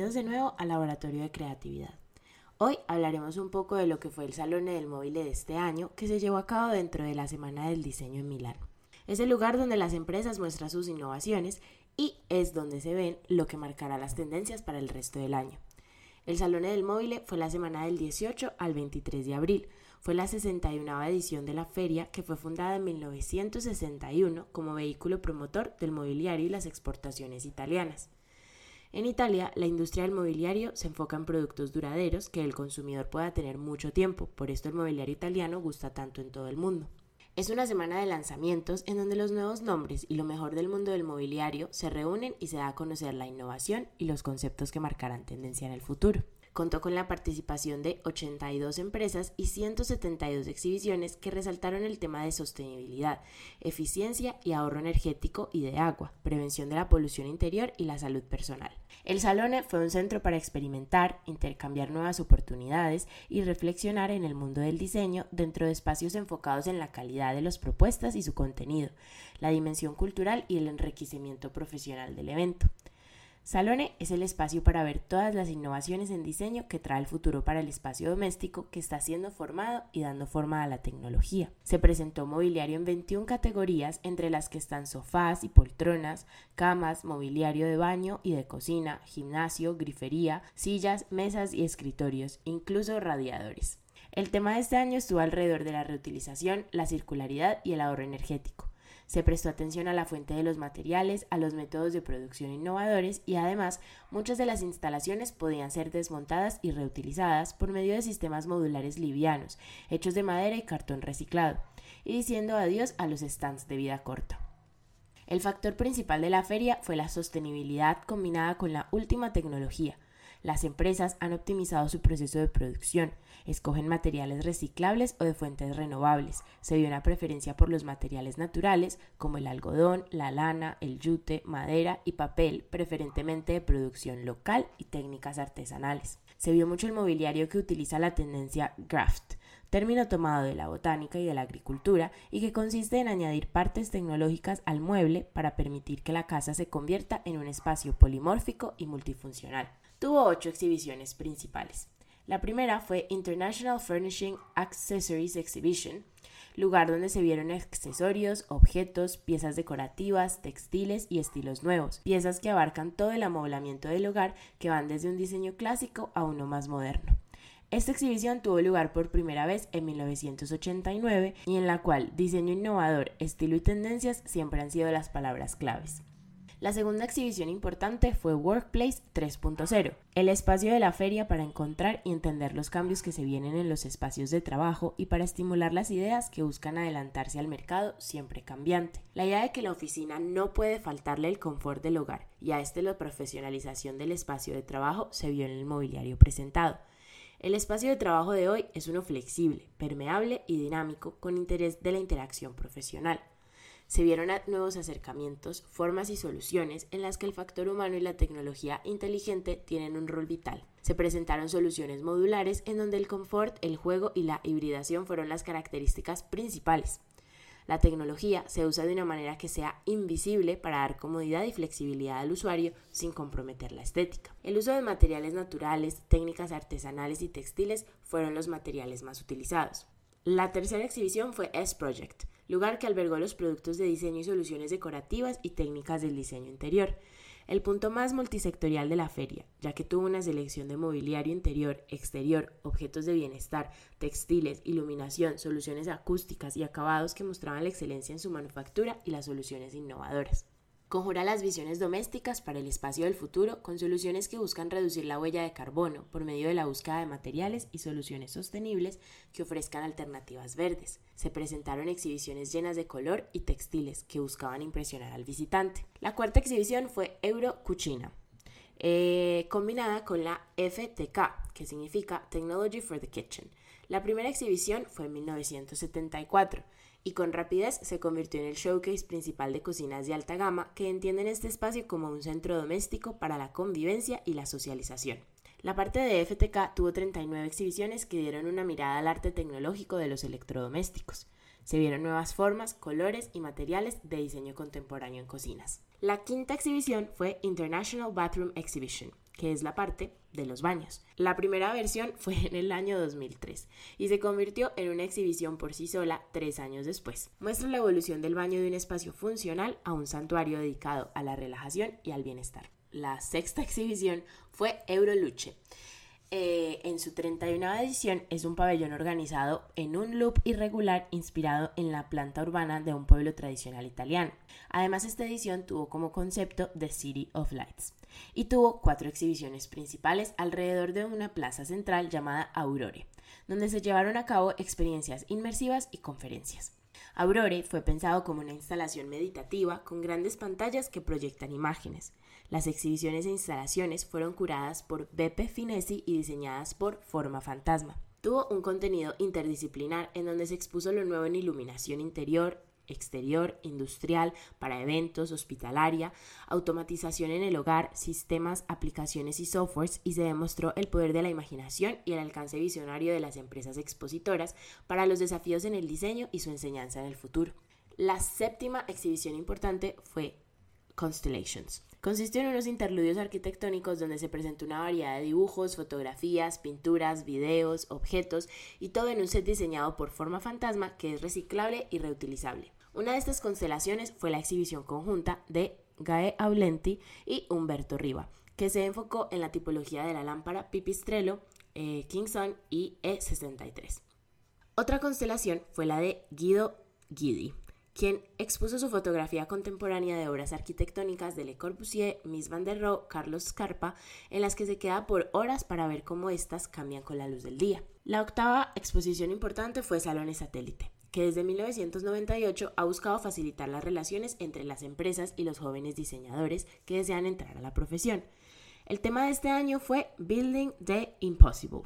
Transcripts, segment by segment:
Bienvenidos de nuevo al Laboratorio de Creatividad. Hoy hablaremos un poco de lo que fue el Salone del Mobile de este año, que se llevó a cabo dentro de la Semana del Diseño en Milán. Es el lugar donde las empresas muestran sus innovaciones y es donde se ven lo que marcará las tendencias para el resto del año. El Salone del Mobile fue la semana del 18 al 23 de abril. Fue la 61ª edición de la feria, que fue fundada en 1961 como vehículo promotor del mobiliario y las exportaciones italianas. En Italia, la industria del mobiliario se enfoca en productos duraderos que el consumidor pueda tener mucho tiempo, por esto el mobiliario italiano gusta tanto en todo el mundo. Es una semana de lanzamientos en donde los nuevos nombres y lo mejor del mundo del mobiliario se reúnen y se da a conocer la innovación y los conceptos que marcarán tendencia en el futuro. Contó con la participación de 82 empresas y 172 exhibiciones que resaltaron el tema de sostenibilidad, eficiencia y ahorro energético y de agua, prevención de la polución interior y la salud personal. El Salone fue un centro para experimentar, intercambiar nuevas oportunidades y reflexionar en el mundo del diseño dentro de espacios enfocados en la calidad de las propuestas y su contenido, la dimensión cultural y el enriquecimiento profesional del evento. Salone es el espacio para ver todas las innovaciones en diseño que trae el futuro para el espacio doméstico que está siendo formado y dando forma a la tecnología. Se presentó mobiliario en 21 categorías, entre las que están sofás y poltronas, camas, mobiliario de baño y de cocina, gimnasio, grifería, sillas, mesas y escritorios, incluso radiadores. El tema de este año estuvo alrededor de la reutilización, la circularidad y el ahorro energético. Se prestó atención a la fuente de los materiales, a los métodos de producción innovadores y además muchas de las instalaciones podían ser desmontadas y reutilizadas por medio de sistemas modulares livianos, hechos de madera y cartón reciclado, y diciendo adiós a los stands de vida corta. El factor principal de la feria fue la sostenibilidad combinada con la última tecnología. Las empresas han optimizado su proceso de producción, escogen materiales reciclables o de fuentes renovables. Se dio una preferencia por los materiales naturales como el algodón, la lana, el yute, madera y papel, preferentemente de producción local y técnicas artesanales. Se vio mucho el mobiliario que utiliza la tendencia graft, término tomado de la botánica y de la agricultura y que consiste en añadir partes tecnológicas al mueble para permitir que la casa se convierta en un espacio polimórfico y multifuncional. Tuvo 8 exhibiciones principales. La primera fue International Furnishing Accessories Exhibition, lugar donde se vieron accesorios, objetos, piezas decorativas, textiles y estilos nuevos, piezas que abarcan todo el amoblamiento del hogar que van desde un diseño clásico a uno más moderno. Esta exhibición tuvo lugar por primera vez en 1989 y en la cual diseño innovador, estilo y tendencias siempre han sido las palabras claves. La segunda exhibición importante fue Workplace 3.0, el espacio de la feria para encontrar y entender los cambios que se vienen en los espacios de trabajo y para estimular las ideas que buscan adelantarse al mercado siempre cambiante. La idea de que la oficina no puede faltarle el confort del hogar y a la profesionalización del espacio de trabajo se vio en el mobiliario presentado. El espacio de trabajo de hoy es uno flexible, permeable y dinámico con interés de la interacción profesional. Se vieron nuevos acercamientos, formas y soluciones en las que el factor humano y la tecnología inteligente tienen un rol vital. Se presentaron soluciones modulares en donde el confort, el juego y la hibridación fueron las características principales. La tecnología se usa de una manera que sea invisible para dar comodidad y flexibilidad al usuario sin comprometer la estética. El uso de materiales naturales, técnicas artesanales y textiles fueron los materiales más utilizados. La tercera exhibición fue S-Project, lugar que albergó los productos de diseño y soluciones decorativas y técnicas del diseño interior. El punto más multisectorial de la feria, ya que tuvo una selección de mobiliario interior, exterior, objetos de bienestar, textiles, iluminación, soluciones acústicas y acabados que mostraban la excelencia en su manufactura y las soluciones innovadoras. Conjura las visiones domésticas para el espacio del futuro con soluciones que buscan reducir la huella de carbono por medio de la búsqueda de materiales y soluciones sostenibles que ofrezcan alternativas verdes. Se presentaron exhibiciones llenas de color y textiles que buscaban impresionar al visitante. La cuarta exhibición fue Euro Cucina, combinada con la FTK, que significa Technology for the Kitchen. La primera exhibición fue en 1974 y con rapidez se convirtió en el showcase principal de cocinas de alta gama que entienden este espacio como un centro doméstico para la convivencia y la socialización. La parte de FTK tuvo 39 exhibiciones que dieron una mirada al arte tecnológico de los electrodomésticos. Se vieron nuevas formas, colores y materiales de diseño contemporáneo en cocinas. La quinta exhibición fue International Bathroom Exhibition, que es la parte de los baños. La primera versión fue en el año 2003 y se convirtió en una exhibición por sí sola 3 años después. Muestra la evolución del baño de un espacio funcional a un santuario dedicado a la relajación y al bienestar. La sexta exhibición fue Euroluce. En su 31ª edición es un pabellón organizado en un loop irregular inspirado en la planta urbana de un pueblo tradicional italiano. Además, esta edición tuvo como concepto The City of Lights y tuvo 4 exhibiciones principales alrededor de una plaza central llamada Aurore, donde se llevaron a cabo experiencias inmersivas y conferencias. Aurore fue pensado como una instalación meditativa con grandes pantallas que proyectan imágenes. Las exhibiciones e instalaciones fueron curadas por Beppe Finesi y diseñadas por Forma Fantasma. Tuvo un contenido interdisciplinar en donde se expuso lo nuevo en iluminación interior, exterior, industrial, para eventos, hospitalaria, automatización en el hogar, sistemas, aplicaciones y softwares, y se demostró el poder de la imaginación y el alcance visionario de las empresas expositoras para los desafíos en el diseño y su enseñanza en el futuro. La séptima exhibición importante fue Constellations. Consistió en unos interludios arquitectónicos donde se presentó una variedad de dibujos, fotografías, pinturas, videos, objetos y todo en un set diseñado por Forma Fantasma que es reciclable y reutilizable. Una de estas constelaciones fue la exhibición conjunta de Gae Aulenti y Umberto Riva, que se enfocó en la tipología de la lámpara Pipistrello, King Sun y E63. Otra constelación fue la de Guido Guidi, quien expuso su fotografía contemporánea de obras arquitectónicas de Le Corbusier, Mies van der Rohe, Carlos Scarpa, en las que se queda por horas para ver cómo éstas cambian con la luz del día. La octava exposición importante fue Salones Satélite, que desde 1998 ha buscado facilitar las relaciones entre las empresas y los jóvenes diseñadores que desean entrar a la profesión. El tema de este año fue Building the Impossible,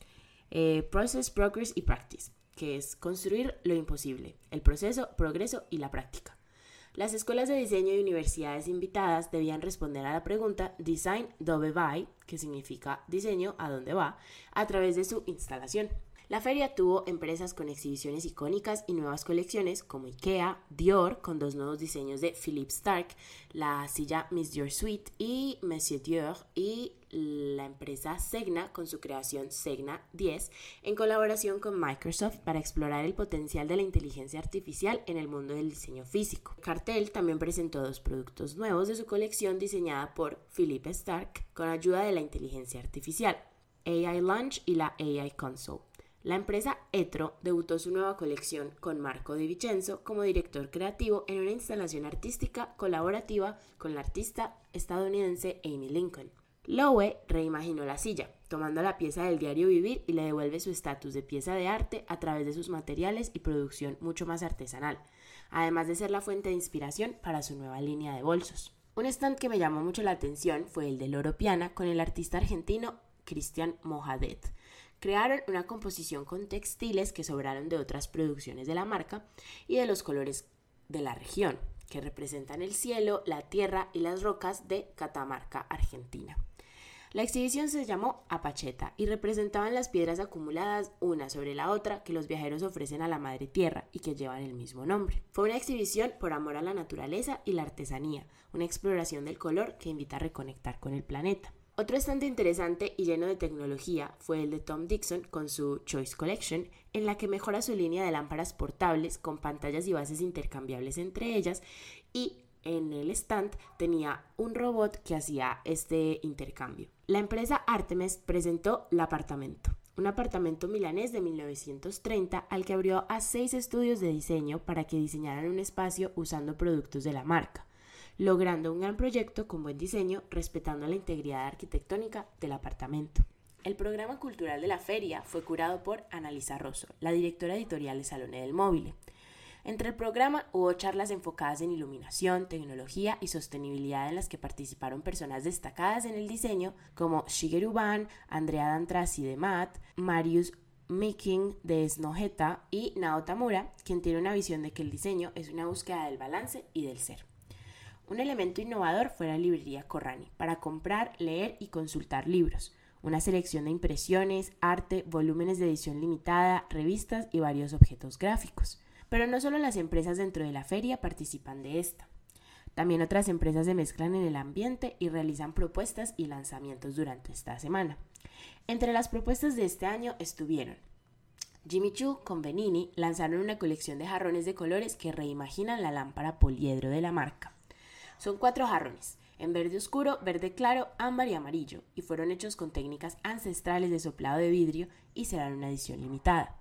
Process, Progress y Practice, que es construir lo imposible, el proceso, progreso y la práctica. Las escuelas de diseño y universidades invitadas debían responder a la pregunta Design dove vai, que significa diseño a dónde va, a través de su instalación. La feria tuvo empresas con exhibiciones icónicas y nuevas colecciones como IKEA, Dior, con 2 nuevos diseños de Philippe Starck, la silla Miss Dior Suite y Monsieur Dior, y la empresa Segna con su creación Segna 10 en colaboración con Microsoft para explorar el potencial de la inteligencia artificial en el mundo del diseño físico. Cartel también presentó 2 productos nuevos de su colección diseñada por Philippe Starck con ayuda de la inteligencia artificial, AI Launch y la AI Console. La empresa Etro debutó su nueva colección con Marco Di Vincenzo como director creativo en una instalación artística colaborativa con la artista estadounidense Amy Lincoln. Loewe reimaginó la silla, tomando la pieza del diario vivir y le devuelve su estatus de pieza de arte a través de sus materiales y producción mucho más artesanal, además de ser la fuente de inspiración para su nueva línea de bolsos. Un stand que me llamó mucho la atención fue el de Loro Piana con el artista argentino Cristian Mohadet. Crearon una composición con textiles que sobraron de otras producciones de la marca y de los colores de la región, que representan el cielo, la tierra y las rocas de Catamarca, Argentina. La exhibición se llamó Apacheta y representaban las piedras acumuladas una sobre la otra que los viajeros ofrecen a la madre tierra y que llevan el mismo nombre. Fue una exhibición por amor a la naturaleza y la artesanía, una exploración del color que invita a reconectar con el planeta. Otro estante interesante y lleno de tecnología fue el de Tom Dixon con su Choice Collection, en la que mejora su línea de lámparas portables con pantallas y bases intercambiables entre ellas, y en el stand tenía un robot que hacía este intercambio. La empresa Artemis presentó L'Appartamento, un apartamento milanés de 1930 al que abrió a 6 estudios de diseño para que diseñaran un espacio usando productos de la marca, logrando un gran proyecto con buen diseño, respetando la integridad arquitectónica del apartamento. El programa cultural de la feria fue curado por Annalisa Rosso, la directora editorial de Salone del Mobile. Entre el programa hubo charlas enfocadas en iluminación, tecnología y sostenibilidad en las que participaron personas destacadas en el diseño como Shigeru Ban, Andrea D'Antrasi de MAT, Marius Miking de Snøhetta y Nao Tamura, quien tiene una visión de que el diseño es una búsqueda del balance y del ser. Un elemento innovador fue la librería Corrani, para comprar, leer y consultar libros, una selección de impresiones, arte, volúmenes de edición limitada, revistas y varios objetos gráficos. Pero no solo las empresas dentro de la feria participan de esta. También otras empresas se mezclan en el ambiente y realizan propuestas y lanzamientos durante esta semana. Entre las propuestas de este año estuvieron Jimmy Choo con Benini lanzaron una colección de jarrones de colores que reimaginan la lámpara poliedro de la marca. Son 4 jarrones, en verde oscuro, verde claro, ámbar y amarillo, y fueron hechos con técnicas ancestrales de soplado de vidrio y serán una edición limitada.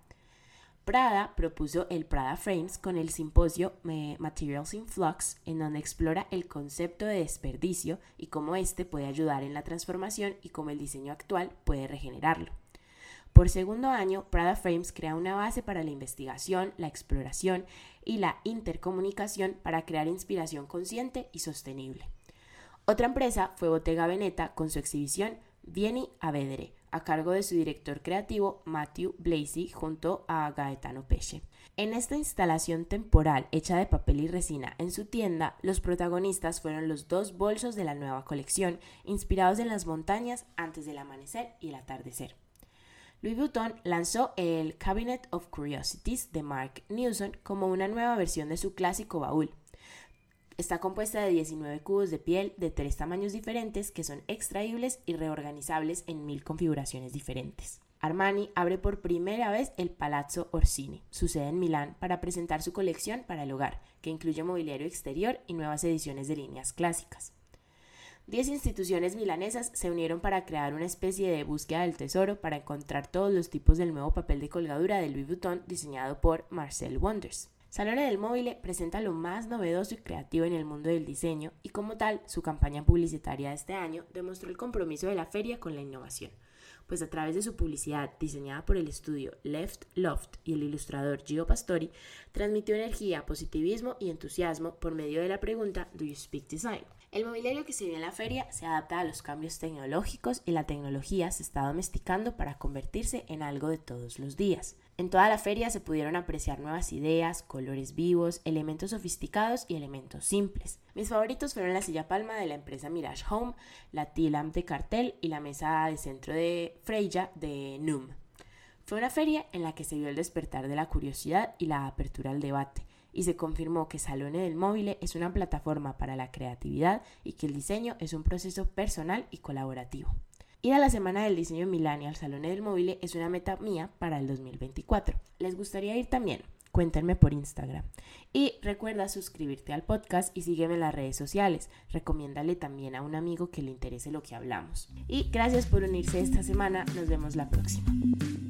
Prada propuso el Prada Frames con el simposio Materials in Flux, en donde explora el concepto de desperdicio y cómo este puede ayudar en la transformación y cómo el diseño actual puede regenerarlo. Por segundo año, Prada Frames crea una base para la investigación, la exploración y la intercomunicación para crear inspiración consciente y sostenible. Otra empresa fue Bottega Veneta con su exhibición Vieni a Vedere, a cargo de su director creativo Matthew Blasey junto a Gaetano Pesce. En esta instalación temporal hecha de papel y resina en su tienda, los protagonistas fueron los 2 bolsos de la nueva colección, inspirados en las montañas antes del amanecer y el atardecer. Louis Vuitton lanzó el Cabinet of Curiosities de Mark Newson como una nueva versión de su clásico baúl. Está compuesta de 19 cubos de piel de 3 tamaños diferentes que son extraíbles y reorganizables en 1000 configuraciones diferentes. Armani abre por primera vez el Palazzo Orsini, su sede en Milán, para presentar su colección para el hogar, que incluye mobiliario exterior y nuevas ediciones de líneas clásicas. 10 instituciones milanesas se unieron para crear una especie de búsqueda del tesoro para encontrar todos los tipos del nuevo papel de colgadura de Louis Vuitton diseñado por Marcel Wonders. Salone del Mobile presenta lo más novedoso y creativo en el mundo del diseño y como tal, su campaña publicitaria de este año demostró el compromiso de la feria con la innovación, pues a través de su publicidad diseñada por el estudio Left Loft y el ilustrador Gio Pastori, transmitió energía, positivismo y entusiasmo por medio de la pregunta ¿Do you speak design? El mobiliario que se vio en la feria se adapta a los cambios tecnológicos y la tecnología se está domesticando para convertirse en algo de todos los días. En toda la feria se pudieron apreciar nuevas ideas, colores vivos, elementos sofisticados y elementos simples. Mis favoritos fueron la silla palma de la empresa Mirage Home, la T-Lamp de Cartel y la mesa de centro de Freya de Noom. Fue una feria en la que se vio el despertar de la curiosidad y la apertura al debate, y se confirmó que Salone del Mobile es una plataforma para la creatividad y que el diseño es un proceso personal y colaborativo. Ir a la Semana del Diseño en Milán y al Salone del Mobile es una meta mía para el 2024. ¿Les gustaría ir también? Cuéntenme por Instagram. Y recuerda suscribirte al podcast y sígueme en las redes sociales. Recomiéndale también a un amigo que le interese lo que hablamos. Y gracias por unirse esta semana. Nos vemos la próxima.